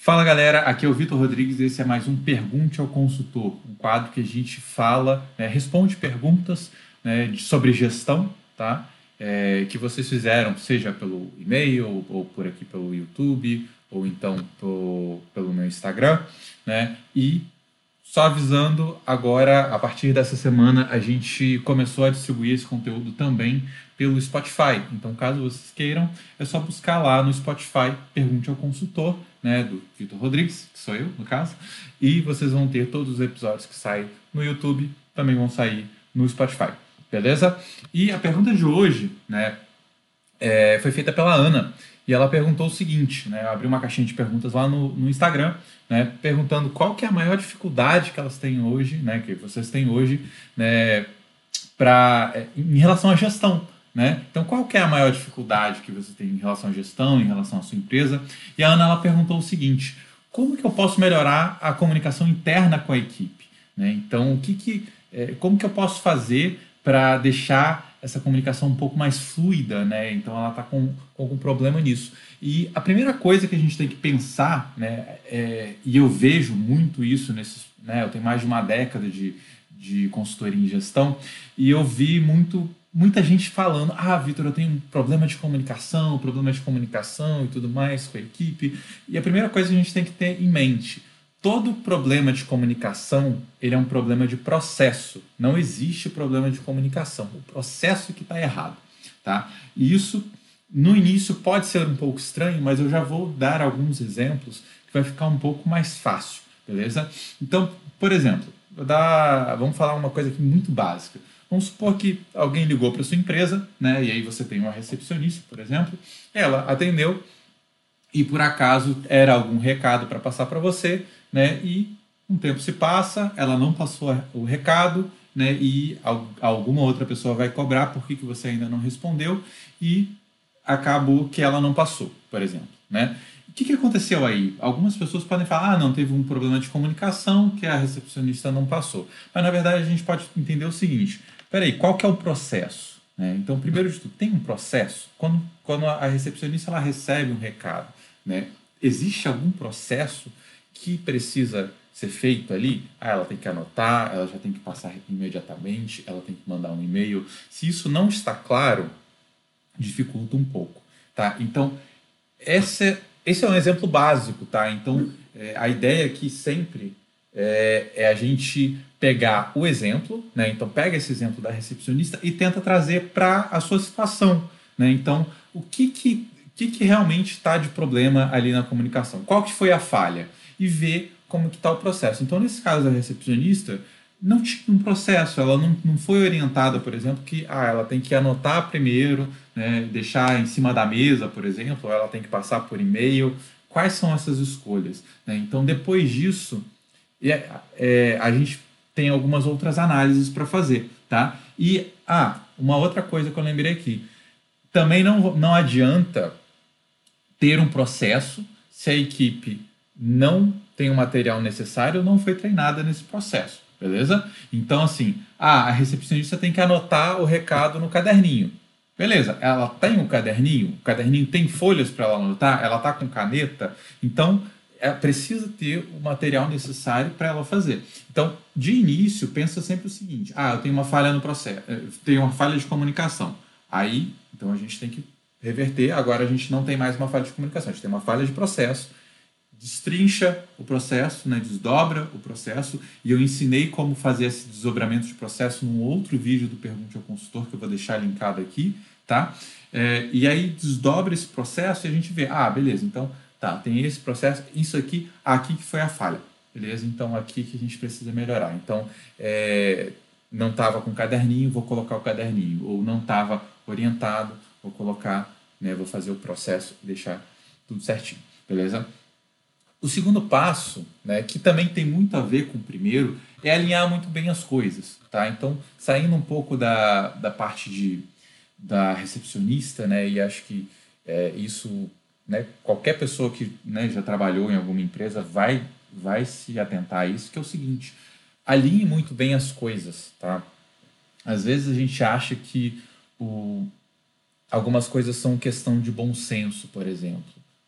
Fala galera, aqui é o Vitor Rodrigues e esse é mais um Pergunte ao Consultor, um quadro que a gente fala, responde perguntas sobre gestão, tá? Que vocês fizeram, seja pelo e-mail ou por aqui pelo YouTube ou então pelo meu Instagram, né? E só avisando, agora, a partir dessa semana, a gente começou a distribuir esse conteúdo também pelo Spotify. Então, caso vocês queiram, é só buscar lá no Spotify, Pergunte ao Consultor, né, do Vitor Rodrigues, que sou eu, no caso, e vocês vão ter todos os episódios que saem no YouTube, também vão sair no Spotify, beleza? E a pergunta de hoje, né, foi feita pela Ana, e ela perguntou o seguinte, né, eu abri uma caixinha de perguntas lá no Instagram, né, perguntando qual que é a maior dificuldade que elas têm hoje, né, que vocês têm hoje, né, em relação à gestão, né? Então, qual que é a maior dificuldade que você tem em relação à gestão, em relação à sua empresa? E a Ana, ela perguntou o seguinte, como que eu posso melhorar a comunicação interna com a equipe? Né? Então, como que eu posso fazer para deixar essa comunicação um pouco mais fluida, né? Então ela está com algum problema nisso. E a primeira coisa que a gente tem que pensar, né, e eu vejo muito isso eu tenho mais de uma década de consultoria em gestão, e eu vi muita gente falando, Vitor, eu tenho um problema de comunicação e tudo mais com a equipe. E a primeira coisa que a gente tem que ter em mente, todo problema de comunicação, ele é um problema de processo. Não existe problema de comunicação. O processo que está errado. Tá? E isso, no início, pode ser um pouco estranho, mas eu já vou dar alguns exemplos que vai ficar um pouco mais fácil. Beleza? Então, por exemplo, vamos falar uma coisa aqui muito básica. Vamos supor que alguém ligou para sua empresa, né? E aí você tem uma recepcionista, por exemplo. Ela atendeu e, por acaso, era algum recado para passar para você, né? E um tempo se passa, ela não passou o recado, né? E alguma outra pessoa vai cobrar por que você ainda não respondeu e acabou que ela não passou, por exemplo, né? O que aconteceu aí? Algumas pessoas podem falar, não, teve um problema de comunicação que a recepcionista não passou. Mas, na verdade, a gente pode entender o seguinte, peraí, qual que é o processo? Né? Então, primeiro de tudo, tem um processo? Quando a recepcionista ela recebe um recado, né? Existe algum processo que precisa ser feito ali? Ela tem que anotar, ela já tem que passar imediatamente, ela tem que mandar um e-mail. Se isso não está claro, dificulta um pouco. Tá? Então, esse é um exemplo básico. Tá? Então, a ideia aqui sempre é a gente pegar o exemplo, né? Então pega esse exemplo da recepcionista e tenta trazer para a sua situação, né? Então, o que realmente está de problema ali na comunicação? Qual que foi a falha? E ver como que está o processo. Então, nesse caso da recepcionista, não tinha um processo, ela não foi orientada, por exemplo, que ela tem que anotar primeiro, né? Deixar em cima da mesa, por exemplo, ou ela tem que passar por e-mail. Quais são essas escolhas? Né? Então, depois disso, a gente tem algumas outras análises para fazer, tá? E, uma outra coisa que eu lembrei aqui, também não adianta ter um processo se a equipe não tem o material necessário ou não foi treinada nesse processo, beleza? Então, assim, a recepcionista tem que anotar o recado no caderninho. Beleza, ela tem o caderninho tem folhas para ela anotar, ela está com caneta, então precisa ter o material necessário para ela fazer. Então, de início, pensa sempre o seguinte, eu tenho uma falha no processo, tenho uma falha de comunicação. Aí, então a gente tem que reverter, agora a gente não tem mais uma falha de comunicação, a gente tem uma falha de processo, destrincha o processo, né, desdobra o processo, e eu ensinei como fazer esse desdobramento de processo num outro vídeo do Pergunte ao Consultor, que eu vou deixar linkado aqui, tá? E aí desdobra esse processo e a gente vê, beleza, então tem esse processo, isso aqui que foi a falha, beleza? Então aqui que a gente precisa melhorar. Então, não estava com caderninho, vou colocar o caderninho, ou não estava orientado, vou colocar, né, vou fazer o processo e deixar tudo certinho, beleza? O segundo passo, né, que também tem muito a ver com o primeiro, é alinhar muito bem as coisas, tá? Então, saindo um pouco da parte da recepcionista, né, e acho que isso, né, qualquer pessoa que, né, já trabalhou em alguma empresa vai se atentar a isso, que é o seguinte, alinhe muito bem as coisas, tá? Às vezes a gente acha que algumas coisas são questão de bom senso, por exemplo.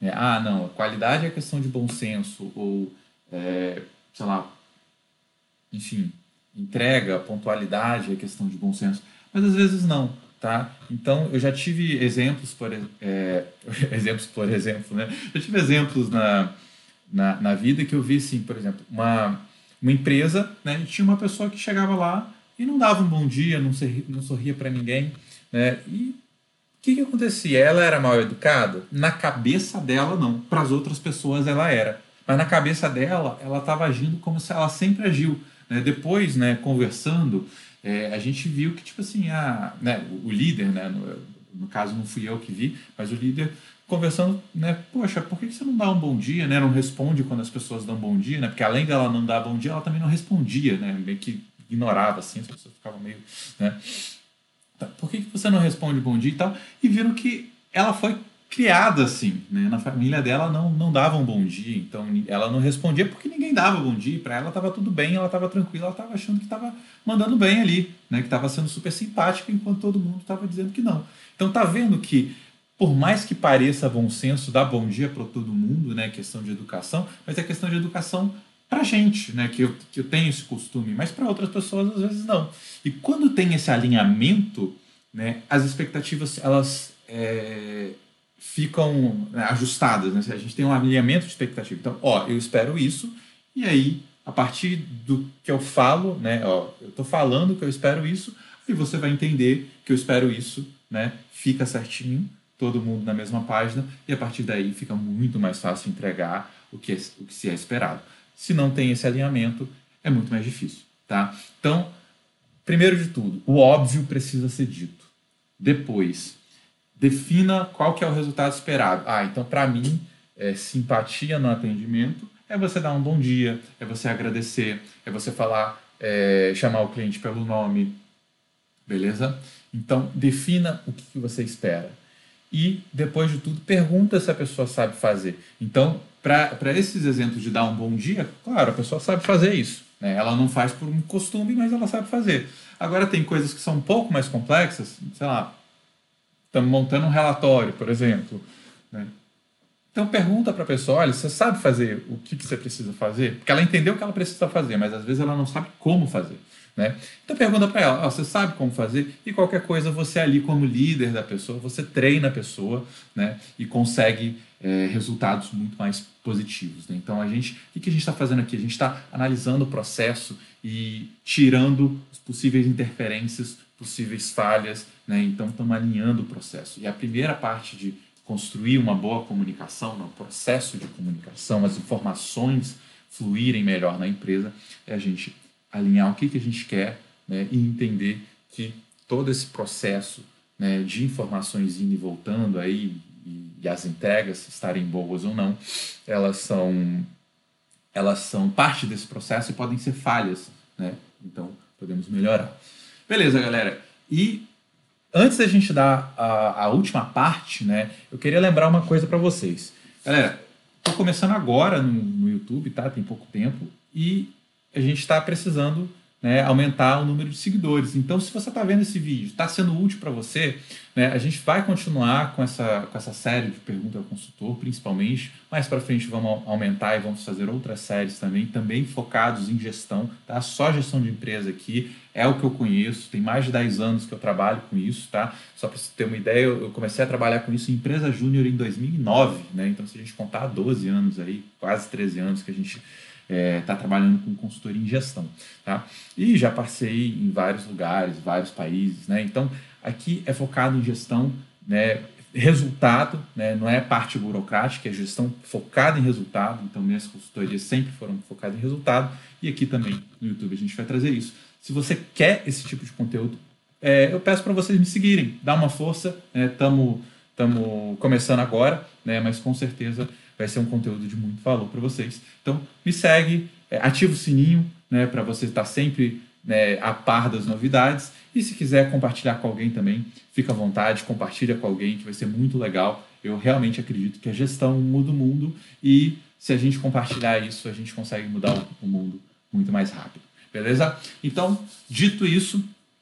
né? Ah, não, a qualidade é questão de bom senso, ou, sei lá, enfim, entrega, pontualidade é questão de bom senso, mas às vezes não, tá? Então, eu já tive exemplos, exemplos, por exemplo, né? Eu tive exemplos na vida que eu vi, assim, por exemplo, uma empresa, né? E tinha uma pessoa que chegava lá e não dava um bom dia, não sorria para ninguém, né? E o que acontecia? Ela era mal educada? Na cabeça dela, não. Para as outras pessoas, ela era. Mas na cabeça dela, ela estava agindo como se ela sempre agiu. Né? Depois, né, conversando, a gente viu que, tipo assim, né, o líder, né, no caso não fui eu que vi, mas o líder conversando, né, poxa, por que você não dá um bom dia, né? Não responde quando as pessoas dão bom dia, né? Porque além dela não dar bom dia, ela também não respondia, né? Meio que ignorava, assim, as pessoas ficavam meio, né? Tá, por que você não responde bom dia e tal? E viram que ela foi criada assim, né? Na família dela não dava um bom dia, então ela não respondia porque ninguém dava bom dia, para ela estava tudo bem, ela estava tranquila, ela estava achando que estava mandando bem ali, né? Que estava sendo super simpática enquanto todo mundo estava dizendo que não. Então tá vendo que por mais que pareça bom senso dar bom dia para todo mundo, né? Questão de educação, mas é questão de educação para gente, né? Que eu tenho esse costume, mas para outras pessoas às vezes não. E quando tem esse alinhamento, né, as expectativas elas ficam, né, ajustadas, né? A gente tem um alinhamento de expectativa. Então, ó, eu espero isso, e aí, a partir do que eu falo, né, ó, eu estou falando que eu espero isso, e você vai entender que eu espero isso, né, fica certinho, todo mundo na mesma página, e a partir daí fica muito mais fácil entregar o que se é esperado. Se não tem esse alinhamento, é muito mais difícil, tá? Então, primeiro de tudo, o óbvio precisa ser dito. Depois, defina qual que é o resultado esperado. Ah, então para mim, simpatia no atendimento é você dar um bom dia, é você agradecer, é você falar, chamar o cliente pelo nome, beleza? Então, defina o que você espera. E, depois de tudo, pergunta se a pessoa sabe fazer. Então, para esses exemplos de dar um bom dia, claro, a pessoa sabe fazer isso. Né? Ela não faz por um costume, mas ela sabe fazer. Agora, tem coisas que são um pouco mais complexas, sei lá, estamos montando um relatório, por exemplo. Né? Então pergunta para a pessoa, olha, você sabe fazer o que você precisa fazer? Porque ela entendeu o que ela precisa fazer, mas às vezes ela não sabe como fazer. Né? Então pergunta para ela, você sabe como fazer? E qualquer coisa você ali como líder da pessoa, você treina a pessoa, né? E consegue resultados muito mais positivos. Né? Então o que a gente está fazendo aqui? A gente está analisando o processo e tirando as possíveis interferências, possíveis falhas, né? Então estamos alinhando o processo. E a primeira parte de construir uma boa comunicação, no processo de comunicação, as informações fluírem melhor na empresa, é a gente alinhar o que a gente quer, né, e entender que todo esse processo, né, de informações indo e voltando aí, e as entregas estarem boas ou não, elas são parte desse processo e podem ser falhas, né? Então podemos melhorar. Beleza, galera. E antes da gente dar a última parte, né, eu queria lembrar uma coisa para vocês. Galera, estou começando agora no YouTube, tá? Tem pouco tempo, e a gente está precisando, né, aumentar o número de seguidores. Então, se você está vendo esse vídeo, está sendo útil para você, né, a gente vai continuar com essa série de perguntas ao consultor, principalmente. Mais para frente vamos aumentar e vamos fazer outras séries também focados em gestão. Tá? Só gestão de empresa aqui é o que eu conheço. Tem mais de 10 anos que eu trabalho com isso. Tá? Só para você ter uma ideia, eu comecei a trabalhar com isso em empresa júnior em 2009. Né? Então, se a gente contar 12 anos aí, quase 13 anos que a gente está trabalhando com consultoria em gestão. Tá? E já passei em vários lugares, vários países. Né? Então, aqui é focado em gestão, né? Resultado, né? Não é parte burocrática, é gestão focada em resultado. Então, minhas consultorias sempre foram focadas em resultado. E aqui também no YouTube a gente vai trazer isso. Se você quer esse tipo de conteúdo, eu peço para vocês me seguirem. Dá uma força. Estamos começando agora, né? Mas com certeza vai ser um conteúdo de muito valor para vocês. Então, me segue, ativa o sininho, né, para você estar sempre, né, a par das novidades. E se quiser compartilhar com alguém também, fica à vontade, compartilha com alguém, que vai ser muito legal. Eu realmente acredito que a gestão muda o mundo e se a gente compartilhar isso, a gente consegue mudar o mundo muito mais rápido. Beleza? Então, dito isso,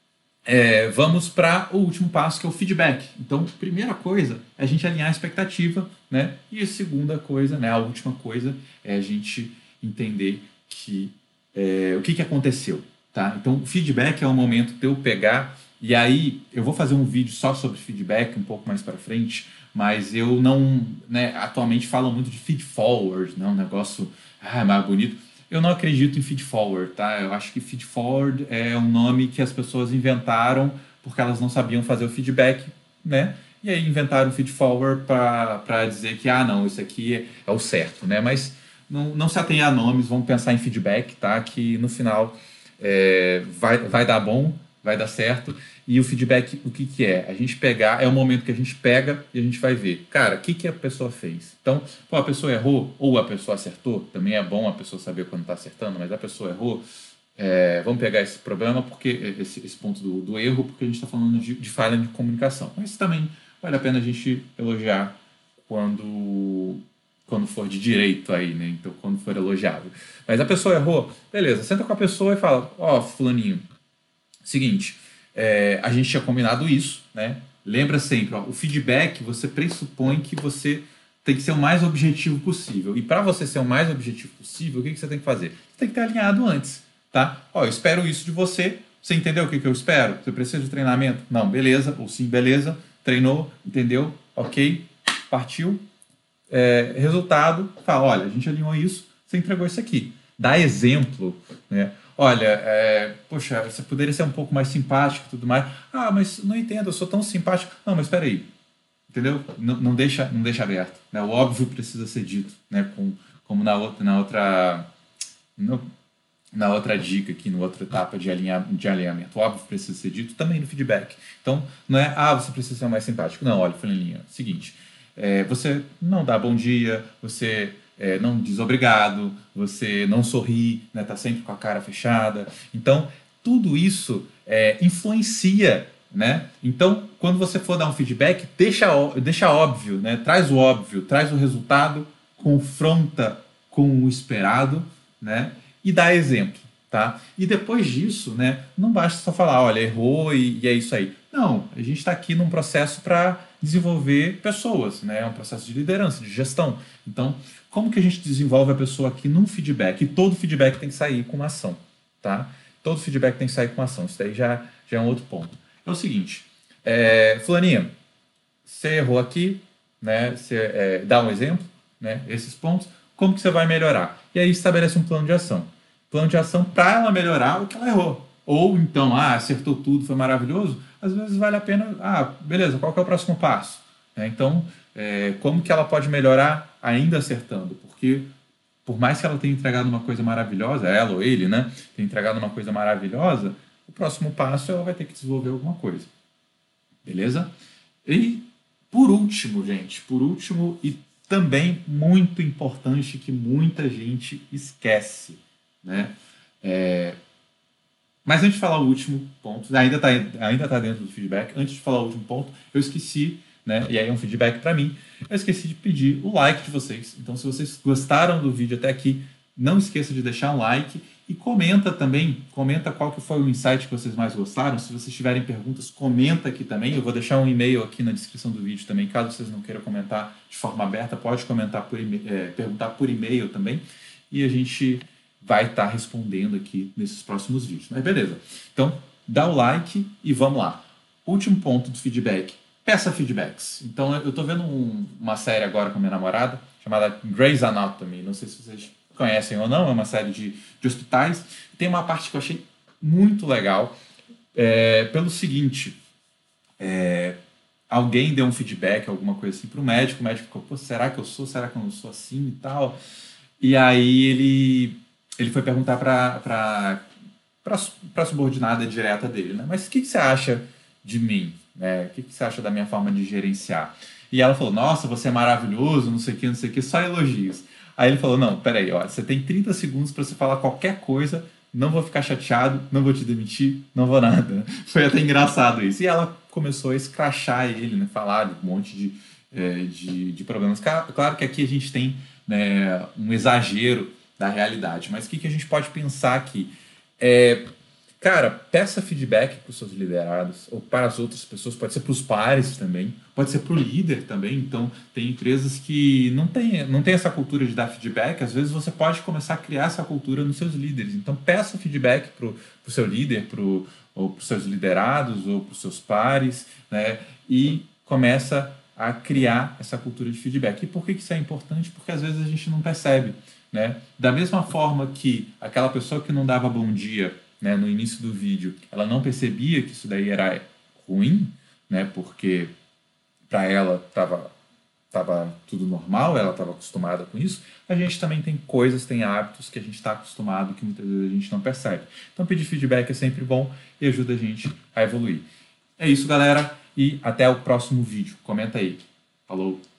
Vamos para o último passo, que é o feedback. Então, primeira coisa é a gente alinhar a expectativa, né? E a segunda coisa, né, a última coisa, é a gente entender o que aconteceu, tá? Então, o feedback é o momento de eu pegar, e aí eu vou fazer um vídeo só sobre feedback um pouco mais para frente, mas eu não, né, atualmente falo muito de feed forward, né, um negócio mais bonito. Eu não acredito em feed forward, tá? Eu acho que feed forward é um nome que as pessoas inventaram porque elas não sabiam fazer o feedback, né? E aí inventaram o feed forward para dizer que, não, isso aqui é o certo, né? Mas não se atenha a nomes, vamos pensar em feedback, tá? Que no final vai dar bom, vai dar certo. E o feedback, o que é? A gente pegar, é o momento que a gente pega e a gente vai ver, cara, o que a pessoa fez? Então, a pessoa errou ou a pessoa acertou, também é bom a pessoa saber quando está acertando, mas a pessoa errou, vamos pegar esse problema, porque esse ponto do erro, porque a gente está falando de falha de comunicação. Mas também vale a pena a gente elogiar quando for de direito aí, né? Então, quando for elogiável. Mas a pessoa errou, beleza, senta com a pessoa e fala, fulaninho, seguinte, a gente tinha combinado isso, né? Lembra sempre, o feedback você pressupõe que você tem que ser o mais objetivo possível. E para você ser o mais objetivo possível, o que você tem que fazer? Você tem que ter alinhado antes, tá? Eu espero isso de você. Você entendeu o que eu espero? Você precisa de treinamento? Não, beleza. Ou sim, beleza. Treinou, entendeu? Ok, partiu. Resultado, fala, olha, a gente alinhou isso, você entregou isso aqui. Dá exemplo, né? Olha, poxa, você poderia ser um pouco mais simpático e tudo mais. Mas não entendo, eu sou tão simpático. Não, mas espera aí, entendeu? Não deixa aberto, né? O óbvio precisa ser dito, né? Como na outra dica aqui, na outra etapa de alinhamento. O óbvio precisa ser dito também no feedback. Então, não é, você precisa ser mais simpático. Não, olha, Fulaninha, seguinte, você não dá bom dia, você não diz obrigado, você não sorri, né, tá sempre com a cara fechada. Então, tudo isso influencia, né? Então, quando você for dar um feedback, deixa óbvio, né? Traz o óbvio, traz o resultado, confronta com o esperado, né? E dá exemplo, tá? E depois disso, né? Não basta só falar, olha, errou e é isso aí. Não, a gente está aqui num processo para desenvolver pessoas, né? É um processo de liderança, de gestão. Então, como que a gente desenvolve a pessoa aqui num feedback? E todo feedback tem que sair com uma ação, tá? Todo feedback tem que sair com uma ação. Isso daí já é um outro ponto. É o seguinte, Fulaninha, você errou aqui, né? Você dá um exemplo, né? Esses pontos, como que você vai melhorar? E aí estabelece um plano de ação. Plano de ação para ela melhorar o que ela errou. Ou então, acertou tudo, foi maravilhoso. Às vezes vale a pena, beleza, qual que é o próximo passo? Então, como que ela pode melhorar ainda acertando? Porque por mais que ela tenha entregado uma coisa maravilhosa, ela ou ele, né? Tenha entregado uma coisa maravilhosa, o próximo passo ela vai ter que desenvolver alguma coisa. Beleza? E por último, gente, e também muito importante que muita gente esquece, né? Mas antes de falar o último ponto, ainda tá dentro do feedback, antes de falar o último ponto, eu esqueci, né? E aí é um feedback para mim, eu esqueci de pedir o like de vocês. Então, se vocês gostaram do vídeo até aqui, não esqueça de deixar um like e comenta qual que foi o insight que vocês mais gostaram. Se vocês tiverem perguntas, comenta aqui também. Eu vou deixar um e-mail aqui na descrição do vídeo também. Caso vocês não queiram comentar de forma aberta, pode comentar perguntar por e-mail também. E a gente vai estar respondendo aqui nesses próximos vídeos. Mas beleza. Então, dá o like e vamos lá. Último ponto do feedback. Peça feedbacks. Então, eu estou vendo uma série agora com a minha namorada, chamada Grey's Anatomy. Não sei se vocês conhecem ou não, é uma série de hospitais. Tem uma parte que eu achei muito legal, pelo seguinte, alguém deu um feedback, alguma coisa assim, para o médico ficou, pô, será que eu não sou assim e tal? E aí ele foi perguntar para a subordinada direta dele, né? Mas o que você acha de mim? O que você acha da minha forma de gerenciar? E ela falou, nossa, você é maravilhoso, não sei o que, só elogios. Aí ele falou, não, peraí, você tem 30 segundos para você falar qualquer coisa, não vou ficar chateado, não vou te demitir, não vou nada. Foi até engraçado isso. E ela começou a escrachar ele, né, falar de um monte de problemas. Claro que aqui a gente tem, um exagero da realidade, mas o que a gente pode pensar aqui? Cara, peça feedback para os seus liderados ou para as outras pessoas, pode ser para os pares também, pode ser para o líder também. Então, tem empresas que não tem essa cultura de dar feedback. Às vezes você pode começar a criar essa cultura nos seus líderes. Então, peça feedback para o seu líder, ou para os seus liderados, ou para os seus pares, né? E começa a criar essa cultura de feedback. E por que isso é importante? Porque às vezes a gente não percebe, né? Da mesma forma que aquela pessoa que não dava bom dia, né, no início do vídeo, ela não percebia que isso daí era ruim, né? Porque para ela estava tudo normal, ela estava acostumada com isso. A gente também tem coisas, tem hábitos que a gente está acostumado que muitas vezes a gente não percebe. Então pedir feedback é sempre bom e ajuda a gente a evoluir. É isso, galera, e até o próximo vídeo. Comenta aí. Falou!